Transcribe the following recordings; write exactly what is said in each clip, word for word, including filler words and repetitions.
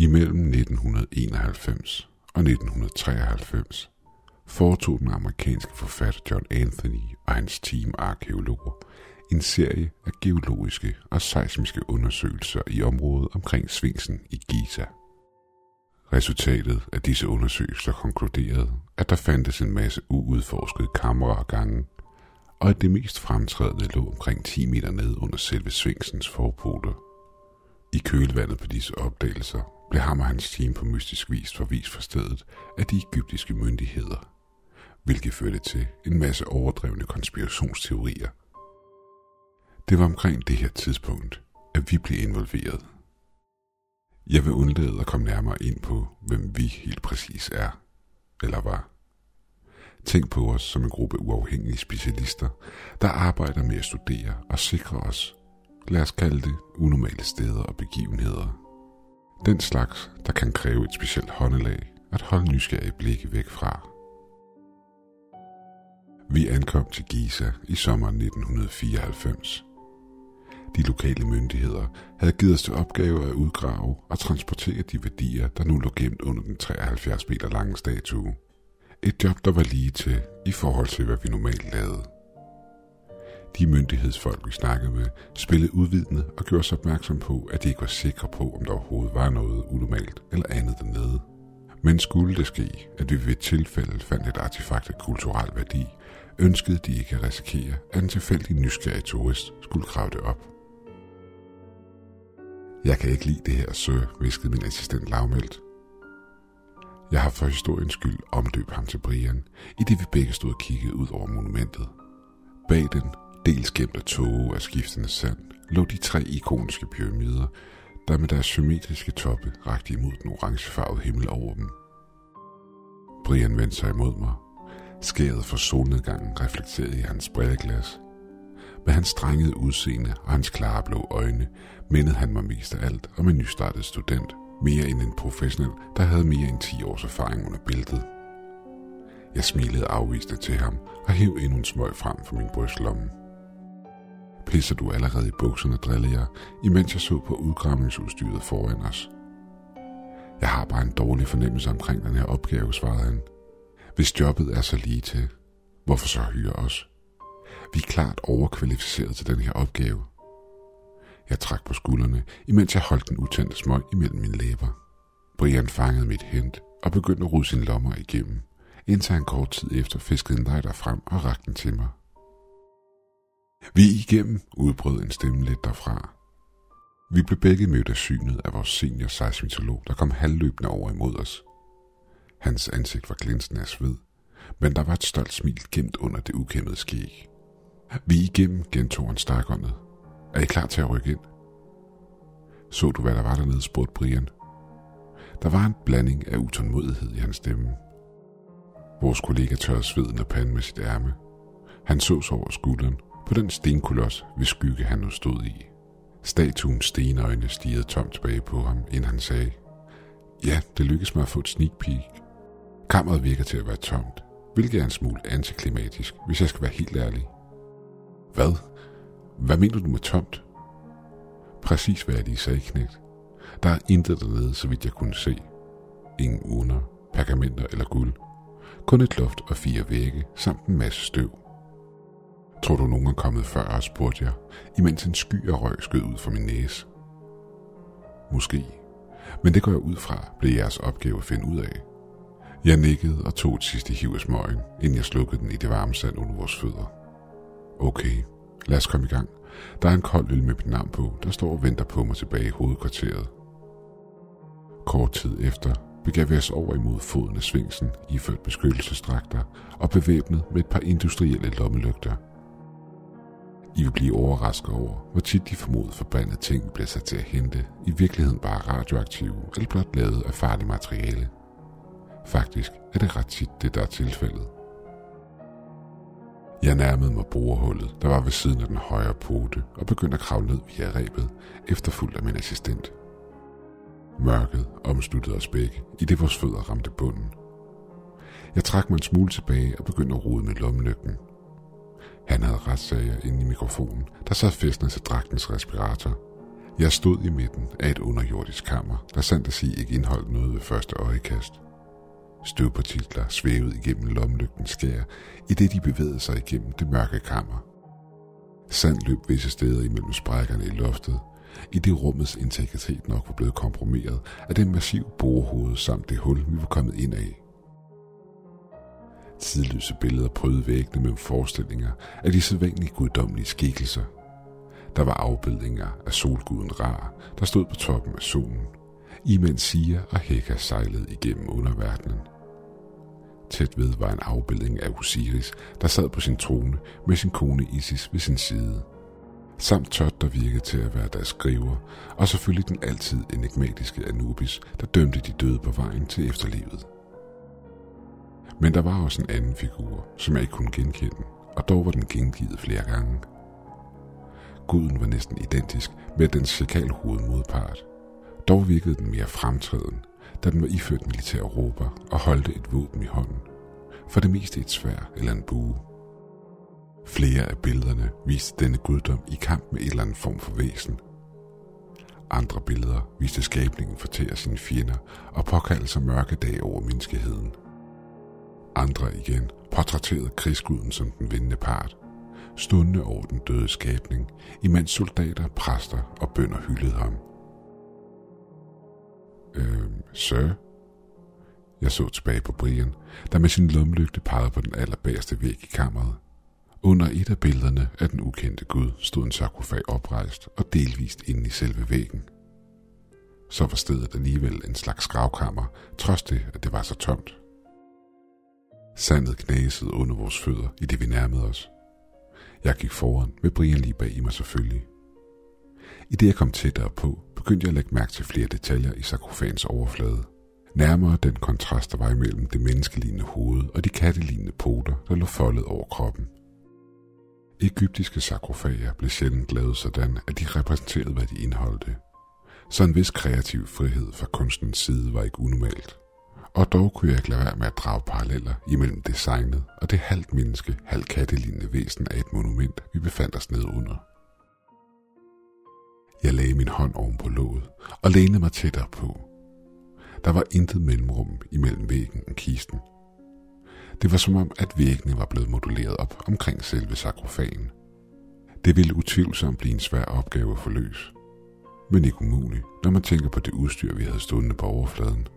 Imellem nitten enoghalvfems og nitten treoghalvfems foretog den amerikanske forfatter John Anthony og hans team af arkæologer en serie af geologiske og seismiske undersøgelser i området omkring Sfinksen i Giza. Resultatet af disse undersøgelser konkluderede, at der fandtes en masse uudforskede kamre og gange, og at det mest fremtrædende lå omkring ti meter nede under selve Sfinksens forpoler. I kølvandet på disse opdagelser blev ham og hans team på mystisk vis forvist fra stedet af de egyptiske myndigheder, hvilket førte til en masse overdrevne konspirationsteorier. Det var omkring det her tidspunkt, at vi blev involveret. Jeg vil undlade at komme nærmere ind på, hvem vi helt præcis er, eller var. Tænk på os som en gruppe uafhængige specialister, der arbejder med at studere og sikre os, lad os kalde det, unormale steder og begivenheder. Den slags, der kan kræve et specielt håndelag at holde nysgerrige blikke væk fra. Vi ankom til Giza i sommeren nitten fireoghalvfems. De lokale myndigheder havde givet os til opgave at udgrave og transportere de værdier, der nu lå gemt under den treoghalvfjerds meter lange statue. Et job, der var lige til i forhold til, hvad vi normalt lavede. De myndighedsfolk, vi snakkede med, spillede udvidende og gjorde os opmærksom på, at de ikke var sikre på, om der overhovedet var noget unormalt eller andet dernede. Men skulle det ske, at vi ved et tilfælde fandt et artefakt af kulturel værdi, ønskede de ikke at risikere, at en tilfældig nysgerrig turist skulle grave det op. Jeg kan ikke lide det her, sir, hviskede min assistent lavmældt. Jeg har for historiens skyld omdøbt ham til Brian, i det vi begge stod og kiggede ud over monumentet. Bag den, dels gemt af tåge af skiftende sand, lå de tre ikoniske pyramider, der med deres symmetriske toppe rakte imod den orangefarvede himmel over dem. Brian vendte sig imod mig. Skæret fra solnedgangen reflekterede i hans brilleglas. Med hans strengede udseende og hans klare blå øjne mindede han mig mest af alt om en nystartet student, mere end en professionel, der havde mere end ti års erfaring under bæltet. Jeg smilede afvisende til ham og hev endnu en smøg frem for min brystlomme. Pisser du allerede i bukserne, drillede jeg, imens jeg så på udgravningsudstyret foran os. Jeg har bare en dårlig fornemmelse omkring den her opgave, svarede han. Hvis jobbet er så lige til, hvorfor så hyre os? Vi er klart overkvalificeret til den her opgave. Jeg trak på skuldrene, imens jeg holdt den utændte smøg imellem mine læber. Brian fangede mit hint og begyndte at rode sine lommer igennem, indtil han kort tid efter fiskede en lighter frem og rakte den til mig. Vi er igennem, udbrød en stemme lidt derfra. Vi blev begge mødt af synet af vores senior seismitolog, der kom halvløbende over imod os. Hans ansigt var glinsende af sved, men der var et stolt smil gemt under det ukæmmede skæg. Vi er igennem, gentog han stakåndet. Er I klar til at rykke ind? Så du, hvad der var dernede, spurgte Brian. Der var en blanding af utålmodighed i hans stemme. Vores kollega tørrede sveden af panden med sit ærme. Han så sig over skulderen på den stenkoloss, hvis skygge han nu stod i. Statuens stenøjne stirrede tomt tilbage på ham, inden han sagde, ja, det lykkedes mig at få et sneak peek. Kammeret virker til at være tomt, hvilket er en smule antiklimatisk, hvis jeg skal være helt ærlig. Hvad? Hvad mener du med tomt? Præcis hvad jeg lige sagde, knægt. Der er intet dernede, så vidt jeg kunne se. Ingen urner, pergamenter eller guld. Kun et loft og fire vægge, samt en masse støv. Tror du, nogen er kommet før os, spurgte jeg, imens en sky af røg skød ud fra min næse. Måske, men det går jeg ud fra, blev jeres opgave at finde ud af. Jeg nikkede og tog et sidste hiv af smøgen, inden jeg slukkede den i det varme sand under vores fødder. Okay, lad os komme i gang. Der er en kold øl med mit navn på, der står og venter på mig tilbage i hovedkvarteret. Kort tid efter begav vi os over imod foden af Sfinksen, iført beskyttelsesdragter og bevæbnet med et par industrielle lommelygter. I vil blive overrasket over, hvor tit de formodede forbandede ting bliver sat til at hente, i virkeligheden bare radioaktive eller blot lavet af farligt materiale. Faktisk er det ret tit det, der er tilfældet. Jeg nærmede mig borehullet, der var ved siden af den højre pote, og begyndte at kravle ned via rebet, efterfulgt af min assistent. Mørket omsluttede os begge, i det vores fødder ramte bunden. Jeg trak mig en smule tilbage og begyndte at rode med lommelygten. Han havde ret, sagde jeg inde i mikrofonen, der sad fæstnet til dragtens respirator. Jeg stod i midten af et underjordisk kammer, der sandt at sige ikke indeholdt noget ved første øjekast. Støvpartikler svævede igennem lommelygtens skær, i det de bevægede sig igennem det mørke kammer. Sand løb visse steder imellem sprækkerne i loftet, i det rummets integritet nok var blevet kompromitteret af den massive borehoved samt det hul, vi var kommet ind af. Tidløse billeder prøvede væggene med forestillinger af de sædvanlige guddommelige skikkelser. Der var afbildninger af solguden Ra, der stod på toppen af solen, imens Sia og Heka sejlede igennem underverdenen. Tæt ved var en afbildning af Osiris, der sad på sin trone med sin kone Isis ved sin side, samt Tot, der virkede til at være deres skriver, og selvfølgelig den altid enigmatiske Anubis, der dømte de døde på vejen til efterlivet. Men der var også en anden figur, som jeg ikke kunne genkende, og dog var den gengivet flere gange. Guden var næsten identisk med dens sjakalhoved modpart. Dog virkede den mere fremtræden, da den var iført militær råber og holdte et våben i hånden. For det meste et sværd eller en bue. Flere af billederne viste denne guddom i kamp med en eller anden form for væsen. Andre billeder viste skabningen fortære sine fjender og påkaldte sig mørke dage over menneskeheden. Andre igen portrætterede krigsguden som den vindende part, stående over den døde skabning, imens soldater, præster og bønder hyldede ham. Øhm, sir? Jeg så tilbage på Brian, der med sin lommelygte pegede på den allerbagerste væg i kammeret. Under et af billederne af den ukendte gud stod en sarkofag oprejst og delvist inde i selve væggen. Så var stedet alligevel en slags gravkammer, trods det, at det var så tomt. Sandet knasede under vores fødder, i det vi nærmede os. Jeg gik foran, med Brian lige bag i mig selvfølgelig. I det jeg kom tættere på, begyndte jeg at lægge mærke til flere detaljer i sarkofagens overflade. Nærmere den kontrast, der var imellem det menneskelignende hoved og de kattelignende poter, der lå foldet over kroppen. Egyptiske sarkofager blev sjældent lavet sådan, at de repræsenterede, hvad de indeholdte. Så en vis kreativ frihed fra kunstens side var ikke unormalt. Og dog kunne jeg ikke lade være med at drage paralleller imellem designet og det halvt menneske, halvt kattelignende væsen af et monument, vi befandt os nede under. Jeg lagde min hånd oven på låget og lænede mig tættere på. Der var intet mellemrum imellem væggen og kisten. Det var som om, at væggene var blevet moduleret op omkring selve sarkofagen. Det ville utvivlsomt blive en svær opgave at få løs, men ikke umuligt, når man tænker på det udstyr, vi havde stående på overfladen.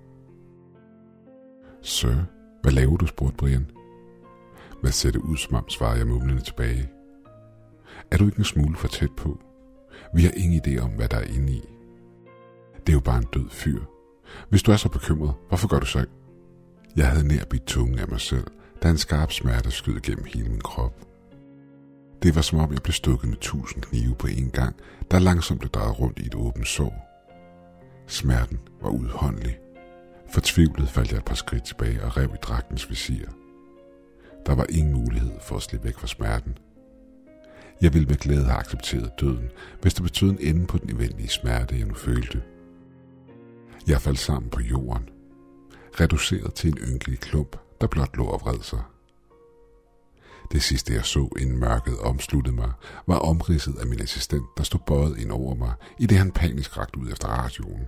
Sir, hvad laver du, spurgte Brian. Hvad ser det ud som om, svarede jeg mumlende tilbage. Er du ikke en smule for tæt på? Vi har ingen idé om, hvad der er inde i. Det er jo bare en død fyr. Hvis du er så bekymret, hvorfor gør du så ikke? Jeg havde nær bidt tungen af mig selv, da en skarp smerte skød gennem hele min krop. Det var som om, jeg blev stukket med tusind knive på en gang, der langsomt blev drejet rundt i et åbent sår. Smerten var udholdelig. Fortvivlet faldt jeg et par skridt tilbage og rev i dragtens visir. Der var ingen mulighed for at slippe væk fra smerten. Jeg ville med glæde have accepteret døden, hvis det betød en ende på den eventlige smerte, jeg nu følte. Jeg faldt sammen på jorden, reduceret til en ynkelig klump, der blot lå og vred sig. Det sidste jeg så, inden mørket omsluttede mig, var omridset af min assistent, der stod bøjet ind over mig, i det han panisk rakte ud efter radioen.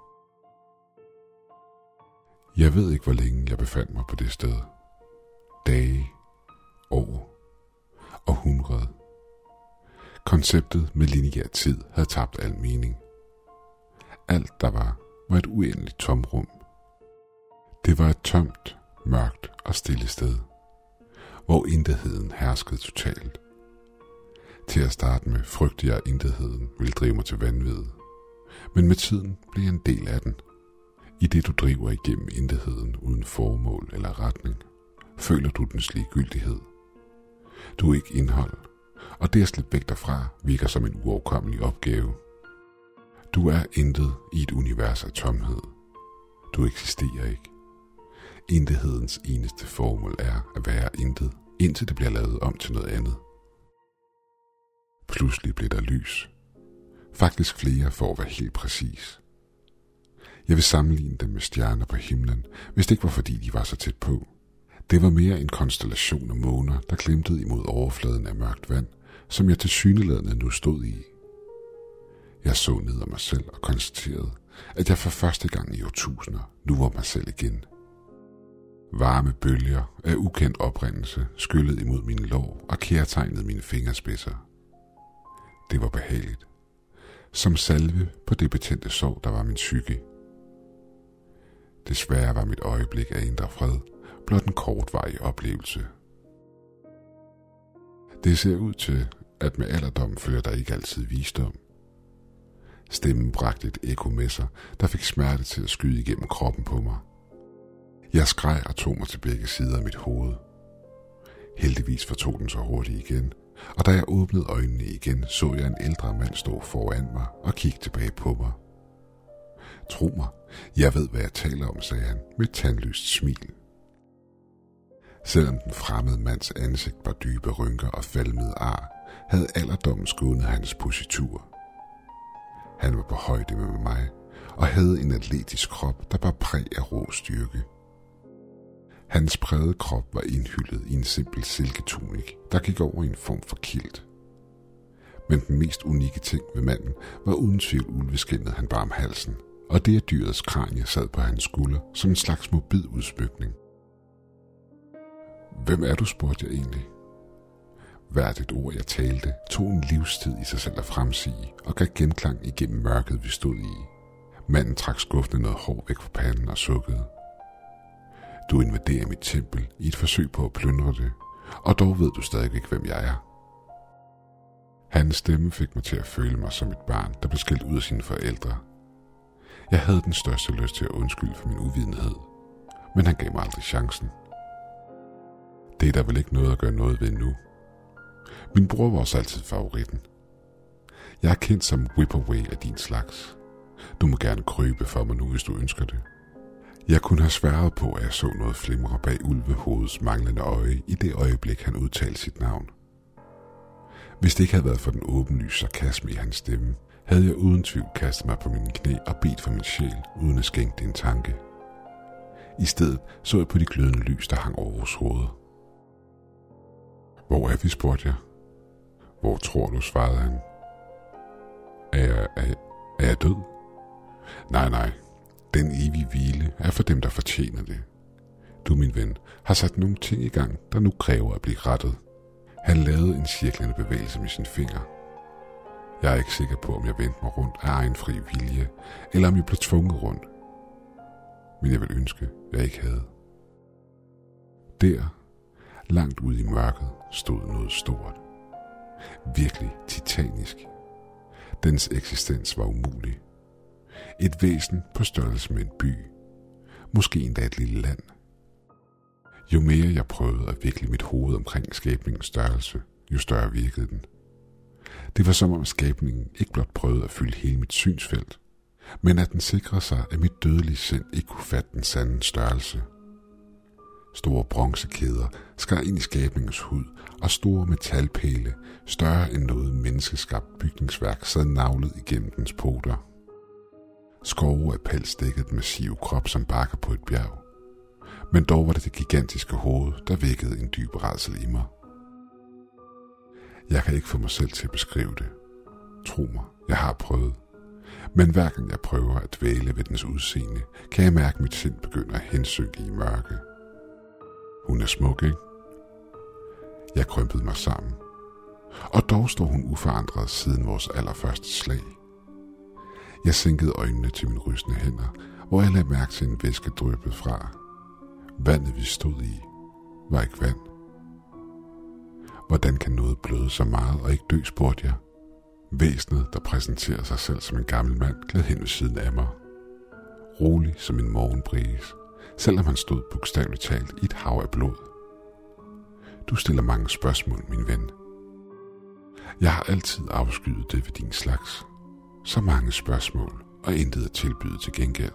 Jeg ved ikke, hvor længe jeg befandt mig på det sted. Dage, år, århundrede. Konceptet med lineær tid havde tabt al mening. Alt der var, var et uendeligt tomrum. Det var et tomt, mørkt og stille sted, hvor intetheden herskede totalt. Til at starte med frygtede jeg, at intetheden ville drive mig til vanvid. Men med tiden blev jeg en del af den. I det du driver igennem intetheden uden formål eller retning, føler du dens ligegyldighed. Du er ikke indhold, og det at slippe væk derfra virker som en uoverkommelig opgave. Du er intet i et univers af tomhed. Du eksisterer ikke. Intethedens eneste formål er at være intet, indtil det bliver lavet om til noget andet. Pludselig blev der lys. Faktisk flere for at være helt præcis. Jeg vil sammenligne dem med stjerner på himlen, hvis det ikke var fordi de var så tæt på. Det var mere en konstellation af måner, der glimtede imod overfladen af mørkt vand, som jeg tilsyneladende nu stod i. Jeg så ned ad mig selv og konstaterede, at jeg for første gang i årtusinder nu var mig selv igen. Varme bølger af ukendt oprindelse skyllede imod mine lår og kærtegnede mine fingerspidser. Det var behageligt. Som salve på det betændte sår, der var min psyke. Desværre var mit øjeblik af indre fred blot en kortvarig oplevelse. Det ser ud til, at med alderdom følger der ikke altid visdom. Stemmen bragte et ekko med sig, der fik smerte til at skyde igennem kroppen på mig. Jeg skreg og tog mig til begge sider af mit hoved. Heldigvis fortog den så hurtigt igen, og da jeg åbnede øjnene igen, så jeg en ældre mand stå foran mig og kigge tilbage på mig. Tro mig, jeg ved, hvad jeg taler om, sagde han med et tandløst smil. Selvom den fremmede mands ansigt var dybe rynker og falmede ar, havde alderdommen skånet hans positur. Han var på højde med mig og havde en atletisk krop, der var præg af rå styrke. Hans brede krop var indhyllet i en simpel silketunik, der gik over i en form for kilt. Men den mest unikke ting ved manden var uden tvivl ulveskindet, han bar om halsen, og det af dyrets kranie sad på hans skulder som en slags mobil udsmykning. Hvem er du, spurgte jeg egentlig. Hvert et ord, jeg talte, tog en livstid i sig selv at fremsige og gav genklang igennem mørket, vi stod i. Manden trak skuffende noget hår væk fra panden og sukkede. Du invaderer mit tempel i et forsøg på at plyndre det, og dog ved du stadig ikke, hvem jeg er. Hans stemme fik mig til at føle mig som et barn, der blev skilt ud af sine forældre. Jeg havde den største lyst til at undskylde for min uvidenhed, men han gav mig aldrig chancen. Det er der vel ikke noget at gøre noget ved nu. Min bror var også altid favoritten. Jeg er kendt som whip-away af din slags. Du må gerne krybe for mig nu, hvis du ønsker det. Jeg kunne have sværet på, at jeg så noget flimre bag ulvehovedets manglende øje i det øjeblik, han udtalte sit navn. Hvis det ikke havde været for den åbenlyse sarkasme i hans stemme, havde jeg uden tvivl kastet mig på mine knæ og bedt for min sjæl, uden at skænke det en tanke. I stedet så jeg på de glødende lys, der hang over vores hoveder. Hvor er vi, spurgte jeg. Hvor tror du, svarede han. Er jeg, er, er jeg død? Nej, nej. Den evige hvile er for dem, der fortjener det. Du, min ven, har sat nogle ting i gang, der nu kræver at blive rettet. Han lavede en cirklende bevægelse med sine fingre. Jeg er ikke sikker på, om jeg vendte mig rundt af egen fri vilje, eller om jeg blev tvunget rundt. Men jeg vil ønske, jeg ikke havde. Der, langt ude i mørket, stod noget stort. Virkelig titanisk. Dens eksistens var umulig. Et væsen på størrelse med en by. Måske endda et lille land. Jo mere jeg prøvede at vikle mit hoved omkring skabningens størrelse, jo større virkede den. Det var som om skabningen ikke blot prøvede at fylde hele mit synsfelt, men at den sikrede sig, at mit dødelige sind ikke kunne fatte den sande størrelse. Store bronzekæder skar ind i skabningens hud, og store metalpæle, større end noget menneskeskabt bygningsværk, sad navlet igennem dens poter. Skove af pels dækkede den massive krop som bakker på et bjerg. Men dog var det det gigantiske hoved, der vækkede en dyb rædsel i mig. Jeg kan ikke få mig selv til at beskrive det. Tro mig, jeg har prøvet. Men hver gang jeg prøver at dvæle ved dens udseende, kan jeg mærke, at mit sind begynder at hensynke i mørke. Hun er smuk, ikke? Jeg krympede mig sammen. Og dog står hun uforandret siden vores allerførste slag. Jeg sænkede øjnene til mine rystende hænder, hvor jeg lagde mærke til en væske dryppede fra. Vandet, vi stod i, var ikke vand. Hvordan kan noget bløde så meget og ikke dø, spurgte jeg. Væsenet, der præsenterer sig selv som en gammel mand, gled hen ved siden af mig. Rolig som en morgenbrise, selvom han stod bogstaveligt talt i et hav af blod. Du stiller mange spørgsmål, min ven. Jeg har altid afskyet det ved din slags. Så mange spørgsmål, og intet at tilbyde til gengæld.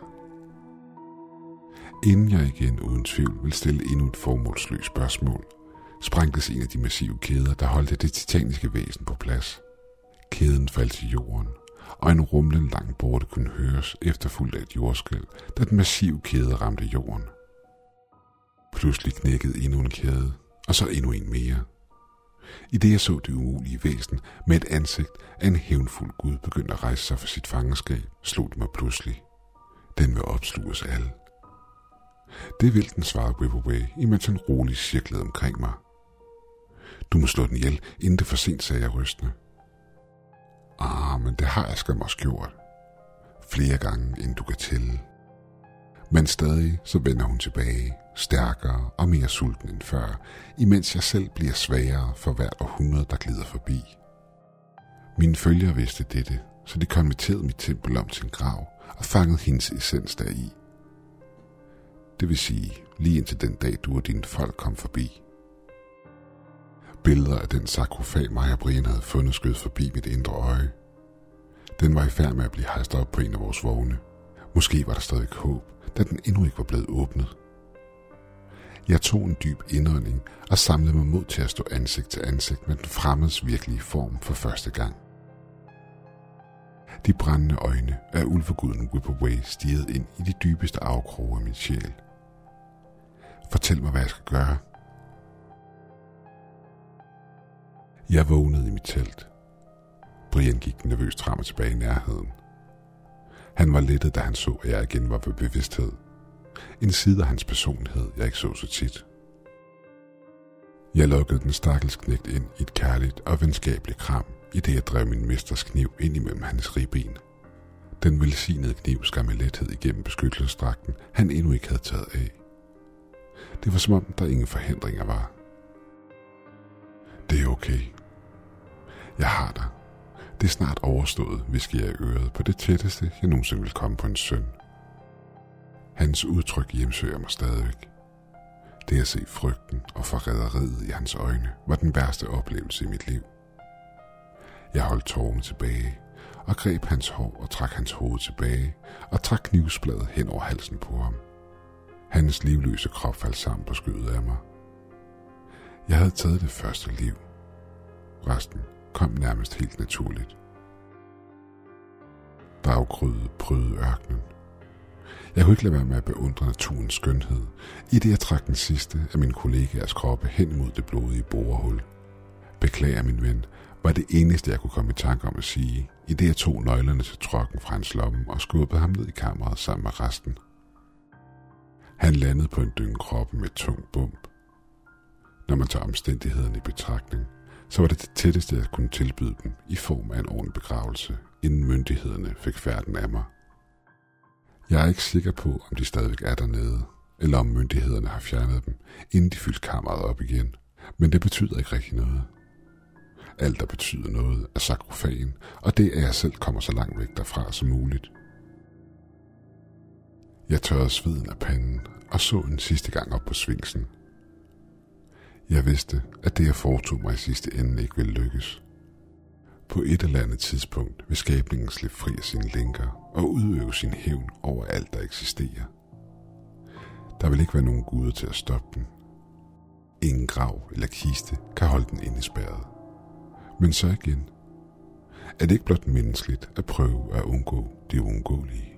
Inden jeg igen uden tvivl vil stille endnu et formålsløst spørgsmål, sprængtes en af de massive kæder, der holdte det titaniske væsen på plads. Kæden faldt til jorden, og en rumlen langt borte kunne høres efterfulgt af et jordskælv, da den massive kæde ramte jorden. Pludselig knækkede endnu en kæde, og så endnu en mere. I det jeg så det umulige væsen med et ansigt af en hævnfuld gud begyndte at rejse sig for sit fangenskab, slog det mig pludselig. Den vil opsluge os alle. Det vil den, svarede Whippoorway, imens han roligt cirklede omkring mig. Du må slå den ihjel, inden det er for sent, sagde jeg rystende. Ah, men det har jeg skam også gjort. Flere gange, end du kan tælle. Men stadig så vender hun tilbage, stærkere og mere sulten end før, imens jeg selv bliver svagere for hvert århundrede, der glider forbi. Mine følgere vidste dette, så de konverterede mit tempel om til en grav og fangede hendes essens deri. Det vil sige, lige indtil den dag, du og dine folk kom forbi. Billeder af den sarkofag, mig og Brian havde fundet, skød forbi mit indre øje. Den var i færd med at blive hejst op på en af vores vogne. Måske var der stadig håb, da den endnu ikke var blevet åbnet. Jeg tog en dyb indånding og samlede mig mod til at stå ansigt til ansigt med den fremmedes virkelige form for første gang. De brændende øjne af ulveguden Whippoorway stirrede ind i de dybeste afkroge af min sjæl. Fortæl mig, hvad jeg skal gøre. Jeg vågnede i mit telt. Brian gik nervøst frem og tilbage i nærheden. Han var lettet, da han så, at jeg igen var ved bevidsthed. En side af hans personlighed, jeg ikke så så tit. Jeg lukkede den stakkels knægt ind i et kærligt og venskabeligt kram, i det jeg drev min mesters kniv ind imellem hans ribben. Den velsignede kniv skar med lethed igennem beskyttelsesdragten, han endnu ikke havde taget af. Det var som om, der ingen forhindringer var. Det er okay. Jeg har dig. Det er snart overstået, hviskede jeg i øret på det tætteste, jeg nogensinde ville komme på en søn. Hans udtryk hjemsøger mig stadigvæk. Det at se frygten og forræderiet i hans øjne var den værste oplevelse i mit liv. Jeg holdt tårerne tilbage og greb hans hår og trak hans hoved tilbage og trak knivsbladet hen over halsen på ham. Hans livløse krop faldt sammen på skødet af mig. Jeg havde taget det første liv. Resten kom nærmest helt naturligt. Daggryet prøvede ørkenen. Jeg kunne ikke lade være med at beundre naturens skønhed, i det jeg trak den sidste af mine kollegaers kroppe hen mod det blodige borehul. Beklager, min ven, var det eneste, jeg kunne komme i tanke om at sige, i det jeg tog nøglerne til trucken fra hans lomme og skubbede ham ned i kammeret sammen med resten. Han landede på en dynge kroppen med et tungt bump. Når man tager omstændighederne i betragtning, så var det det tætteste, jeg kunne tilbyde dem i form af en ordentlig begravelse, inden myndighederne fik færden af mig. Jeg er ikke sikker på, om de stadigvæk er dernede, eller om myndighederne har fjernet dem, inden de fyldte kammeret op igen. Men det betyder ikke rigtig noget. Alt, der betyder noget, er sarkofagen, og det er, at jeg selv kommer så langt væk derfra som muligt. Jeg tørrede sveden af panden og så en sidste gang op på sfinksen. Jeg vidste, at det, jeg foretog mig i sidste ende, ikke ville lykkes. På et eller andet tidspunkt vil skabningen slippe fri af sine lænker og udøve sin hævn over alt, der eksisterer. Der vil ikke være nogen guder til at stoppe den. Ingen grav eller kiste kan holde den indespærret. Men så igen, er det ikke blot menneskeligt at prøve at undgå det uundgåelige?